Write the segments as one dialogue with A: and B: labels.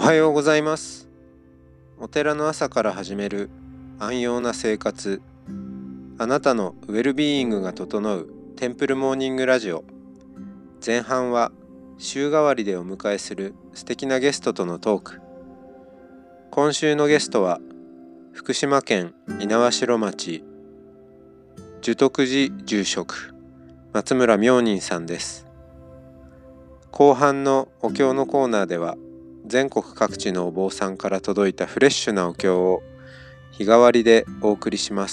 A: はようございます。お寺の朝から始める安養な生活、あなたのウェルビーイングが整うテンプルモーニングラジオ。前半は週替わりでお迎えする素敵なゲストとのトーク。今週のゲストは福島県猪苗代町寿徳寺住職松村明仁さんです。後半のお経のコーナーでは全国各地のお坊さんから届いたフレッシュなお経を日替わりでお送りします。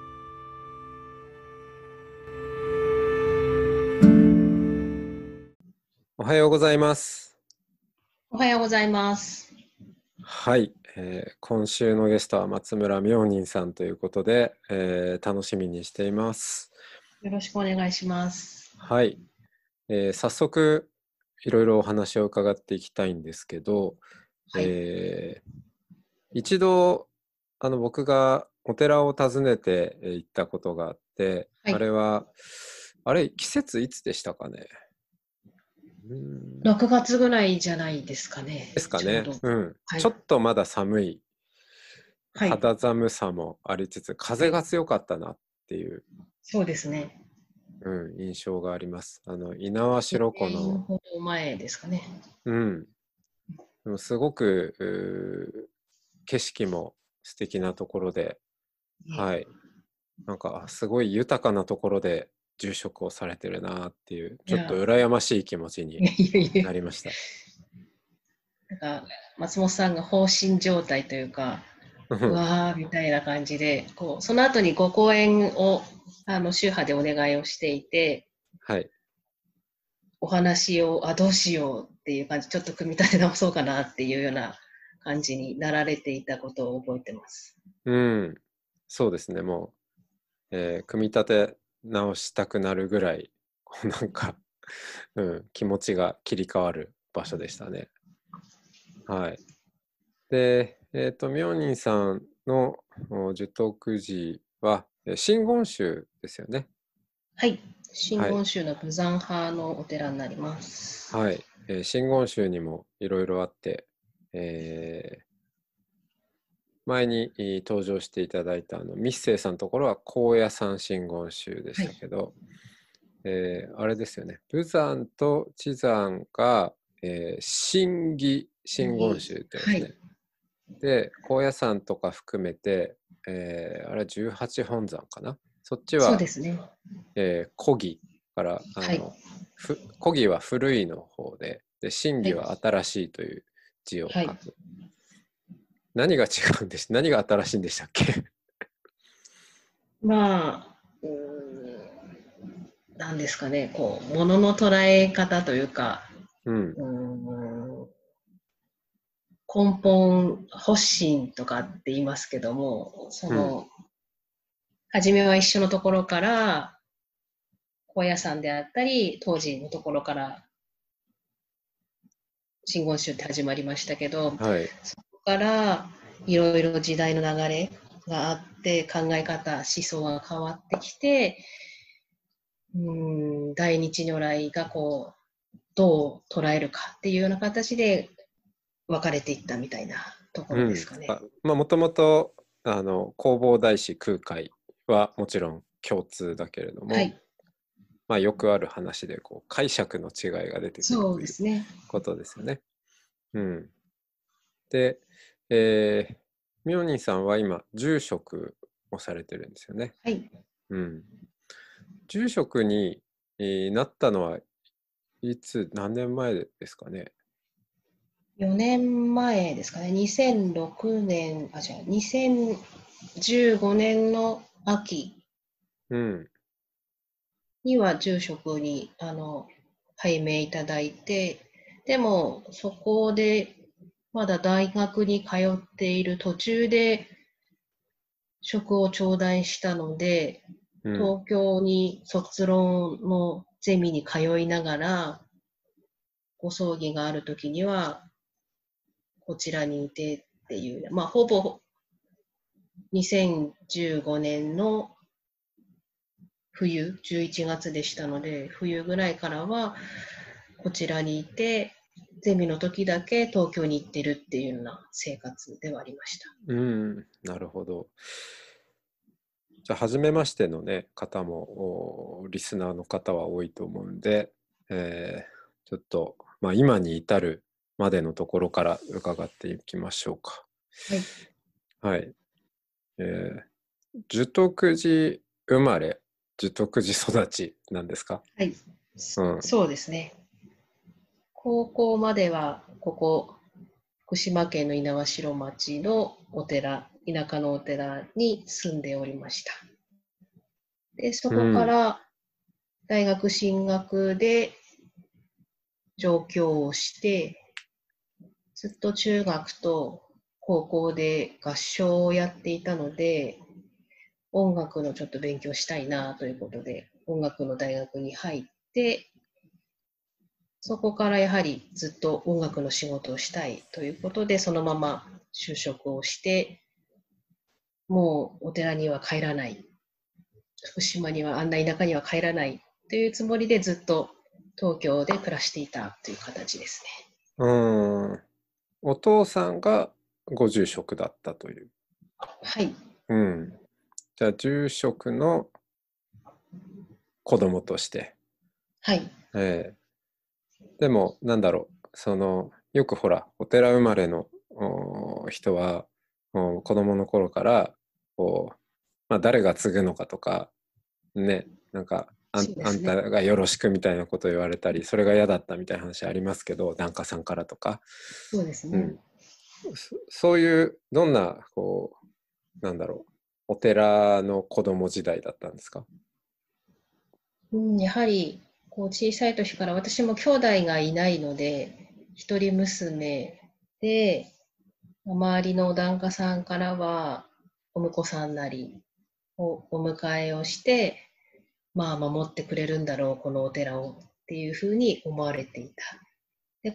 A: おはようございます。
B: おはようございます。
A: はい、今週のゲストは松村明仁さんということで、楽しみにしています。
B: よろしくお願いします。
A: はい、早速いろいろお話を伺っていきたいんですけど、
B: はい。
A: 一度僕がお寺を訪ねて行ったことがあって、
B: はい。
A: あれ季節いつでしたかね。
B: 6月ぐらいじゃないですかね。
A: ですかね。
B: ちょうど。は
A: ちょ
B: い。
A: っとまだ寒い
B: はい。
A: 肌寒さもありつつ、風が
B: はい。
A: 強かったなっていう、
B: そうですね。
A: 印象があります。猪苗代湖
B: 2年
A: の、
B: ほど前ですかね。
A: うん、でもすごく景色も素敵なところで、はい、なんかすごい豊かなところで住職をされてるなっていう、ちょっと
B: いや、
A: 羨ましい気持ちに
B: いやいやいや。
A: なりました。
B: なんか、松本さんが放心状態というか、う
A: うん、
B: わーみたいな感じで、その後にご講演を、宗派でお願いをしていて、
A: はい。
B: お話を、どうしようっていう感じ、ちょっと組み立て直そうかなっていうような感じになられていたことを覚えてます。
A: うん、そうですね。もう、組み立て直したくなるぐらい、こうなんか気持ちが切り替わる場所でしたね。はい。で、明仁さんの寿徳寺は、真言宗ですよね。
B: はい。真
A: はい。
B: 言宗の武山派のお寺になります。
A: はい。真言宗にもいろいろあって、えー前に登場していただいた密生さんのところは高野山真言宗でし
B: はい。
A: たけど、あれですよね。武山と智山が、真偽真言宗って言うんで
B: はい。
A: すね。で、高野山とか含めて、あれは18本山かな。そっちは、
B: そうですね。
A: 古義から、
B: はい。
A: 古義は古いの方で、真
B: はい。
A: 偽は新しいという字を
B: はい。
A: 書く。何が新しいんでしたっけ？
B: まあ、なんですかね、物の捉え方というか、
A: うん、
B: 根本発心とかって言いますけども、
A: うん、
B: 初めは一緒のところから、高野山であったり、当時のところから真言宗って始まりましたけど、
A: はい、
B: そこからいろいろ時代の流れがあって、考え方、思想が変わってきて、大日如来がどう捉えるかっていうような形で分かれていったみたいなところです
A: うん。
B: かね。
A: もともと、弘法大師空海はもちろん共通だけれども、
B: はい。
A: よくある話で、解釈の違いが出てくる
B: そう
A: という
B: ですね。
A: ことですよね。うん。で、え明仁さんは今、住職をされてるんですよね。
B: はい。
A: うん。住職に、なったの何年前ですかね。
B: 4年前ですかね。2006年、違う、2015年の秋
A: うん。
B: には住職に、拝命いただいて、でも、そこで、まだ大学に通っている途中で職を頂戴したので、
A: うん。
B: 東京に卒論のゼミに通いながら、ご葬儀がある時には、こちらにいてっていう、ほぼ2015年の冬、11月でしたので、冬ぐらいからはこちらにいて、 ゼミの時だけ東京に行ってるっていうような生活ではありました。
A: うん、なるほど。じゃあ、初めましてのね、方も、リスナーの方は多いと思うんで、ちょっと、まあ、今に至るまでのところから伺っていきましょうか。
B: はい。
A: はい。寿徳寺生まれ、寿徳寺育ちなんですか？
B: はい。
A: うん。
B: そうですね。高校までは、ここ、福島県の猪苗代町のお寺、田舎のお寺に住んでおりました。で、そこか
A: うん。
B: ら大学進学で上京をして、ずっと中学と高校で合唱をやっていたので、音楽のちょっと勉強したいなということで、音楽の大学に入って、そこからやはりずっと音楽の仕事をしたいということで、そのまま就職をして、もうお寺には帰らない、福島にはあんな田舎には帰らないというつもりでずっと東京で暮らしていたという形ですね。
A: うん。お父さんがご住職だったという。
B: はい。
A: うん。じゃあ、住職の子供として。
B: はい。
A: えでも、なんだろう。よくほら、お寺生まれの人は、子供の頃から、こう、まあ、誰が継ぐのかとか、ね、なんか、あん
B: そうですね。
A: たがよろしくみたいなことを言われたり、それが嫌だったみたいな話ありますけど、檀家さんからとか。
B: そうですね。
A: うん。そういう、どんな、なんだろう、お寺の子供時代だったんですか？
B: うん、やはりこう小さい時から私も兄弟がいないので、一人娘で、周りの檀家さんからは、お婿さんなりをお迎えをして、まあ守ってくれるんだろう、このお寺をっていうふうに思われていた。で、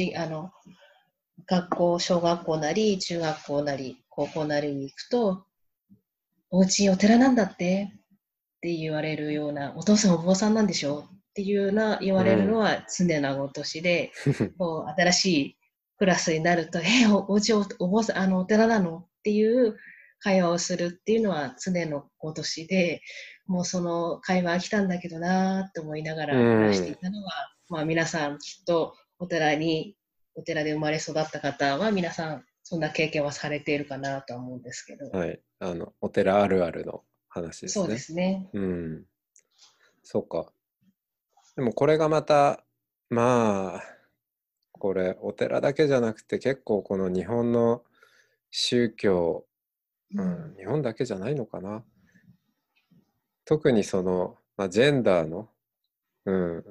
B: 学校、小学校なり、中学校なり、高校なりに行くと、お家お寺なんだって言われるような、お父さんお坊さんなんでしょっていうような言われるの
A: うん。
B: は常なごとしで、こう新しいクラスになると、お家お坊さん、お寺なのっていう会話をするっていうのは常のごとしで、もうその会話来たんだけどなと思いなが
A: う
B: ら暮らしてい
A: ん。
B: たのは、まあ皆さんきっとお寺で生まれ育った方は皆さんそんな経験はされているかなとは思うんですけど。
A: はい。お寺あるあるの話で
B: そうで
A: すね。
B: すね。
A: うん。そうか。でもこれがまた、まあ、これ、お寺だけじゃなくて結構この日本の宗教、
B: うん。
A: 日本だけじゃないのかな。特にまあ、ジェンダーの、うん、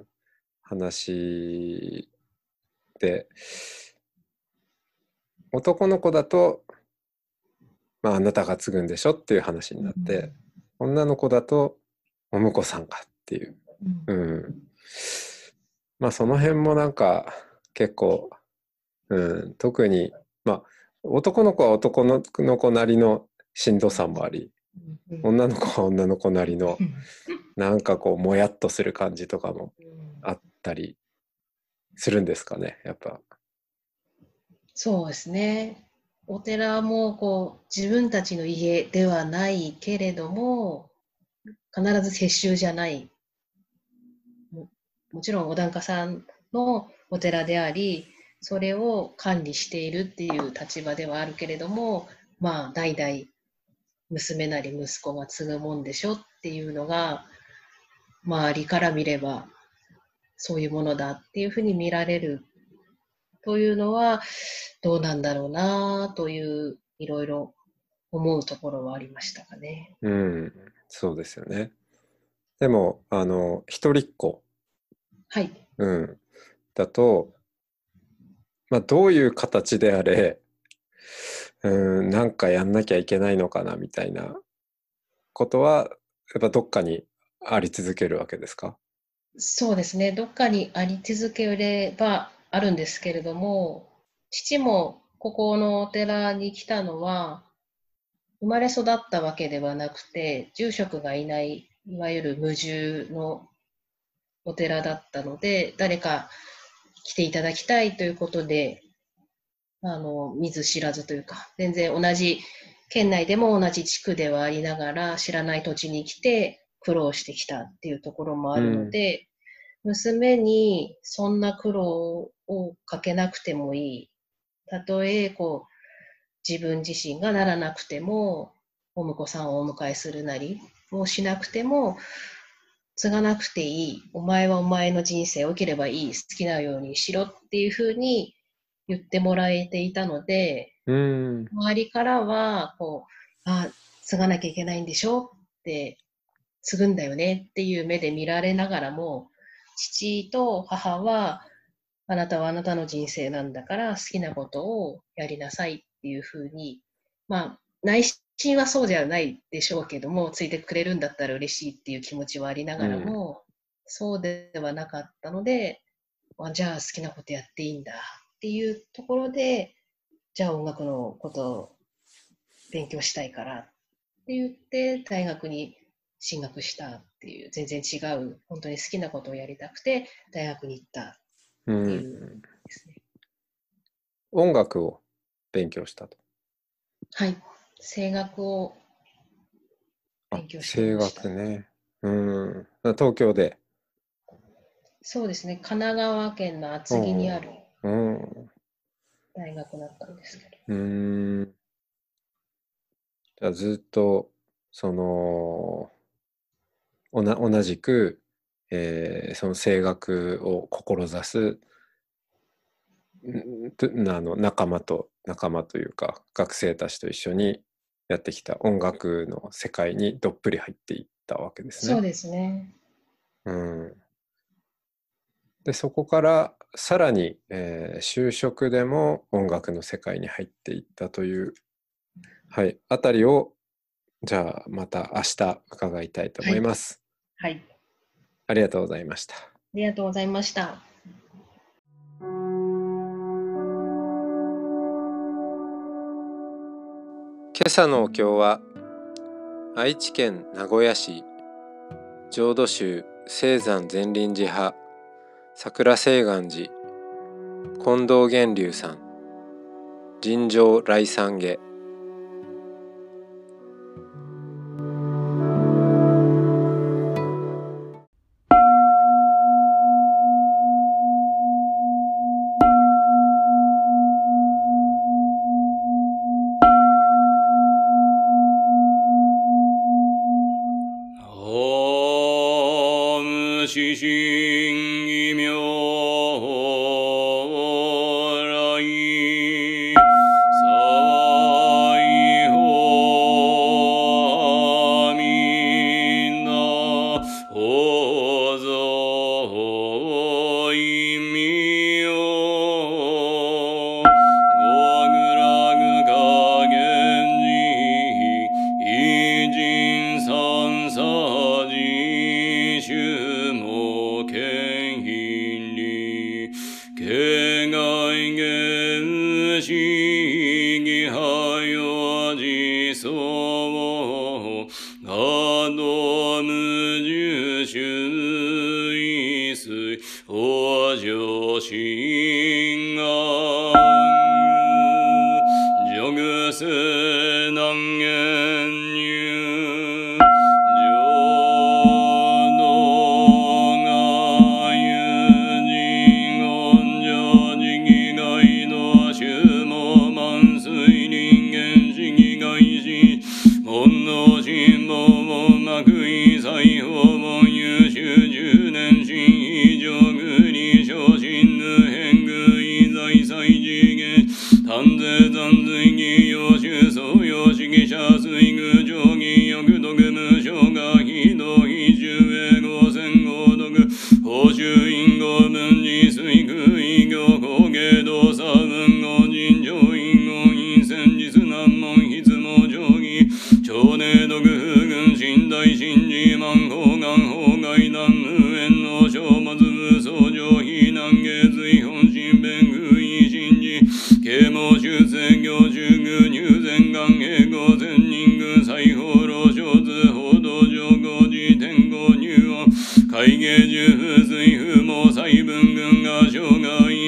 A: 話で、男の子だと、まあ、あなたが継ぐんでしょっていう話に
B: うん。
A: なって、女の子だと、お婿さんがっていう。
B: うん。
A: うん。まあ、その辺もなんか、結構、特に、まあ、男の子は男の子なりのしんどさもあり、
B: うん。
A: 女の子は女の子なりの、なんかこう、もやっとする感じとかも
B: うん。
A: あったりするんですかね、やっぱ。
B: そうですね。お寺もこう自分たちの家ではないけれども、必ず世襲じゃない。ももちろんお檀家さんのお寺であり、それを管理しているっていう立場ではあるけれども、まあ代々娘なり息子が継ぐもんでしょっていうのが、周りから見ればそういうものだっていうふうに見られるというのは、どうなんだろうなという、いろいろ思うところはありましたかね。
A: うん、そうですよね。でも、一人っ子、
B: はい。
A: うん、だと、まあ、どういう形であれ、なんかやんなきゃいけないのかなみたいなことは、やっぱどっかにあり続けるわけですか？
B: そうですね。どっかにあり続ければあるんですけれども、父もここのお寺に来たのは、生まれ育ったわけではなくて、住職がいない、いわゆる無住のお寺だったので、誰か来ていただきたいということで、見ず知らずというか、全然同じ、県内でも同じ地区ではありながら、知らない土地に来て苦労してきたっていうところもあるので、娘にそんな苦労をかけなくてもいい。たとえ、自分自身がならなくても、お婿さんをお迎えするなりもしなくても、継がなくていい。お前はお前の人生を生きればいい。好きなようにしろっていうふうに言ってもらえていたので、周りからは、継がなきゃいけないんでしょって、継ぐんだよねっていう目で見られながらも、父と母は、あなたはあなたの人生なんだから好きなことをやりなさいっていうふうに、内心はそうじゃないでしょうけども、ついてくれるんだったら嬉しいっていう気持ちはありながらも、そうではなかったので、じゃあ好きなことやっていいんだっていうところで、じゃあ音楽のことを勉強したいからって言って大学に進学したっていう、全然違う、本当に好きなことをやりたくて大学に行ったっていうですね。
A: 音楽を勉強したと。
B: はい、声楽を勉強していました。
A: 声楽ね。東京で。
B: そうですね、神奈川県の厚木にある大学だったんですけど。
A: じゃあずっと同じく、その声楽を志す仲間というか学生たちと一緒にやってきた音楽の世界にどっぷり入っていったわけですね。
B: そうですね。
A: でそこからさらに、就職でも音楽の世界に入っていったという、あたりをじゃあまた明日伺いたいと思います。
B: はい。
A: ありがとうございました。
B: ありがとうございました。
A: 今朝のお経は愛知県名古屋市浄土宗青山善林寺派桜清願寺近藤源流さん尋常来参下。
C: 四心異妙来西方阿弥陀法蔵意味を極楽華厳寺異人三叉寺衆も権威に境外現し義派よ自相我道無住主意水往生心願上世難言入浄土が有人恩上自義外道衆も満水人間主義外心門の心門幕意裁縫門優秀十年心非上具に昇進無変具意在祭次元丹税残随義用主創用主義者水具定義欲毒無償が非道非中英語戦合毒報酬因果分離水具異業工芸動作文語尋常因言因戦実難問筆網定義超寧毒不群信大信寺万法願法外難無縁の小末無相上非難下随本心弁具意信寺啓蒙修正行中具入善願英語善人具裁縫老小図報道上皇寺天候入音会芸十不随不毛細分群が生涯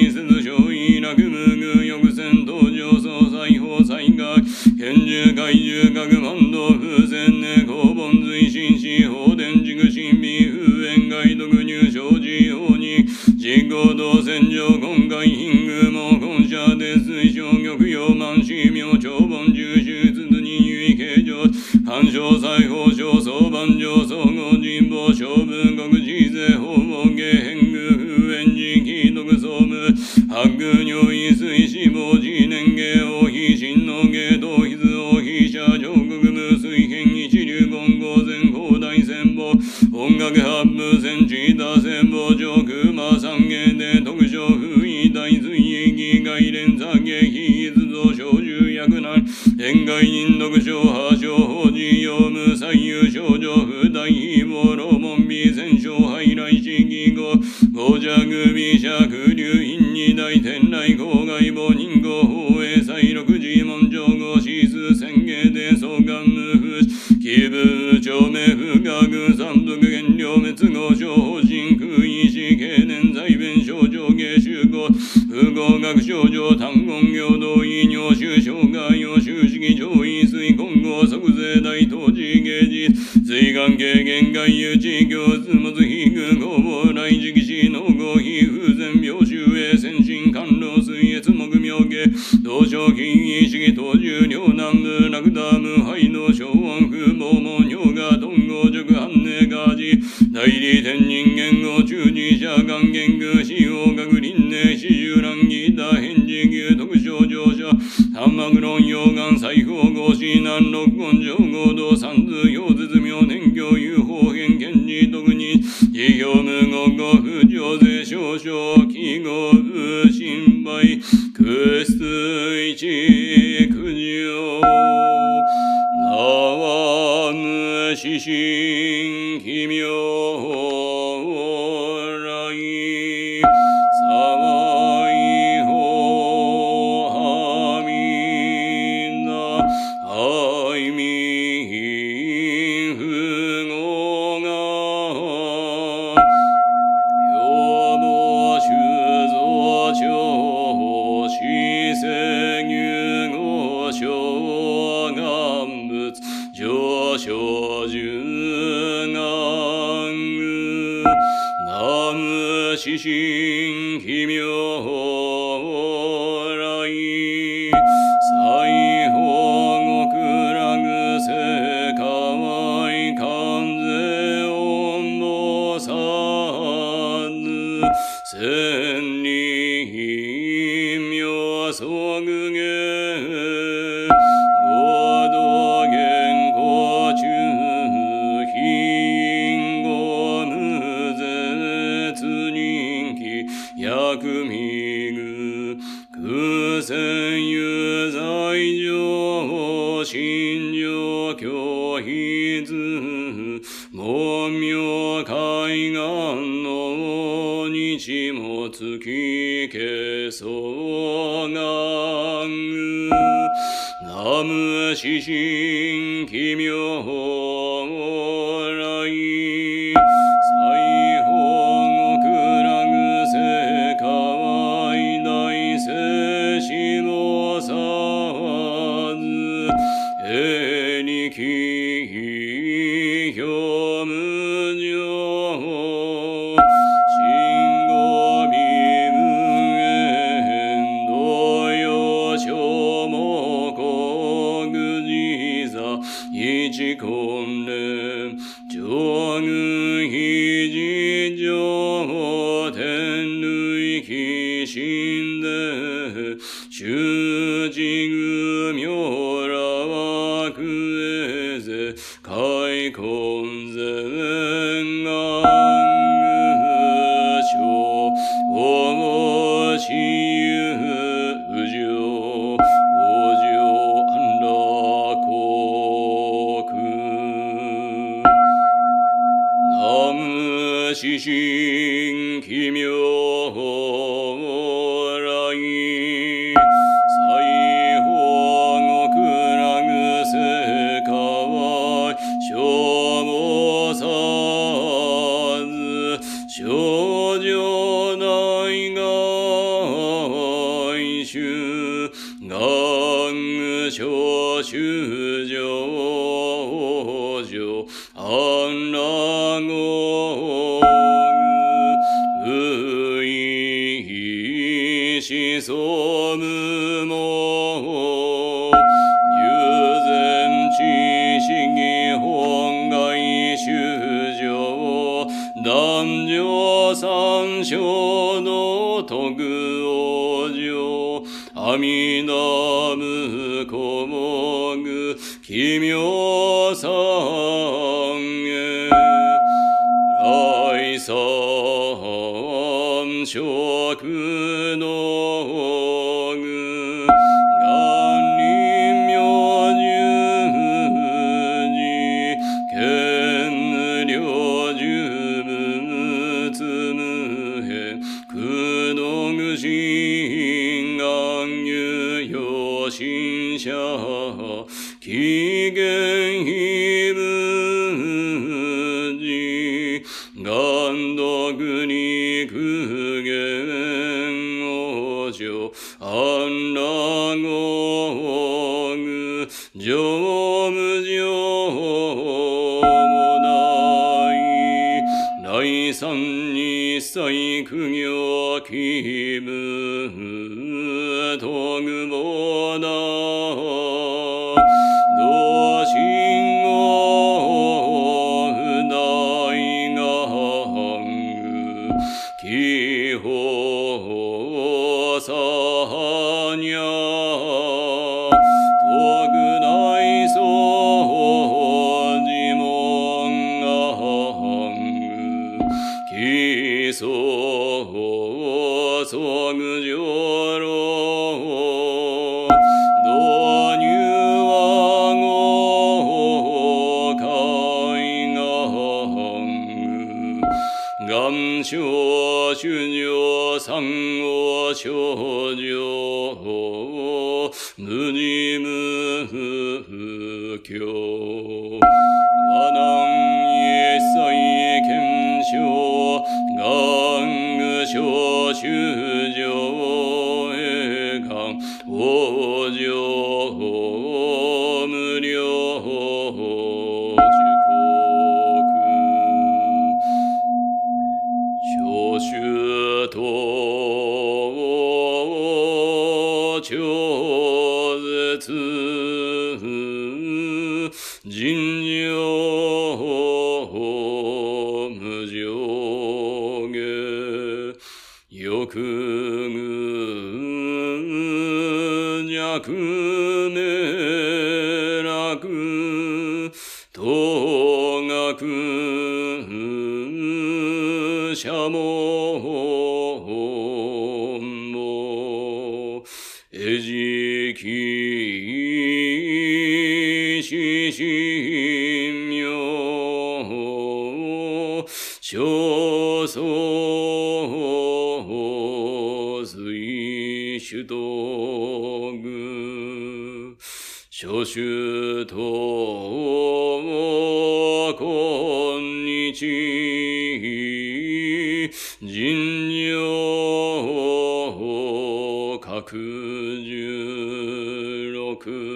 C: 義合同戦場今回貧宮も本社で水晶玉葉満子明長本重手術人唯形状干渉裁縫省総番上総合人望勝負国自税法門下変宮風縁時期独総務白宮尿意水死亡時年下王妃真の下頭筆王妃社上国無水変一流言語前後大戦法音楽発部戦地打戦法上空魔三芸で特徴不意大随意外連座下非逸造小獣役難恋外人独唱破傷法事用無左右少女不大非暴露門美戦勝敗来市議語五尺美尺流院二大天来公外母人語法営祭六寺門上語指数宣言で総監無不気分長命不学三福原料滅後小方針空意思経年在弁症状下修行不合学症状単言行動医尿収障害用収式上位水混合即税大当時芸術水眼軽減外有地行図物非具合法来時期死の合非風前病周営先進甘露水越木妙下同症金意識当重両南部落ダ無敗の小音風暴門尿が頓合熟反寧ガジ代理天人間を中二者眼言具使用学輪廻四十乱儀打返事牛特徴乗車三幕論溶岩裁縫合子南六根上合同三図用絶妙年教有方変見事特に事業無言語不上税少々記号不心配空室一苦情縄無指針奇妙来沢井法阿弥陀愛民不合が予防修造長死世入合小願仏上昇十願具南無指針奇妙来西方極楽世界観世音菩薩千里妙即芸合同言語中品語無絶人気薬味具空戦有罪上心情拒否門妙海岸の日も月消そう願具南無指針奇妙来西方極楽世界大聖子菩薩へ力表無常信号微分縁同様小目国自座一根連上具非日常天類非心で修持具妙楽へぜ開根前願具小おしゆうじょおじょ安楽国南無指針奇妙来西方極楽世界小菩薩少女大外衆願具小衆上上安楽語具不意子相無も友禅知識本外修上男女三章の徳往生阿弥陀無古目奇妙三へ来三食の具願臨明十字見領十仏無変苦の具心願有用心者起源非無事願読に苦言往生安楽語具成無常もない来三日祭苦行気分徳菩提同心を不大願具気法さにゃ徳大僧自問願具基礎即上郎導入は語海願願書修上三王少女無事無教和難一切検証願具小修上へ願往生無量小修と超絶尋常無上下欲具弱名楽当学者もえじきししみょ少相随主道具諸主と今日尋常各十六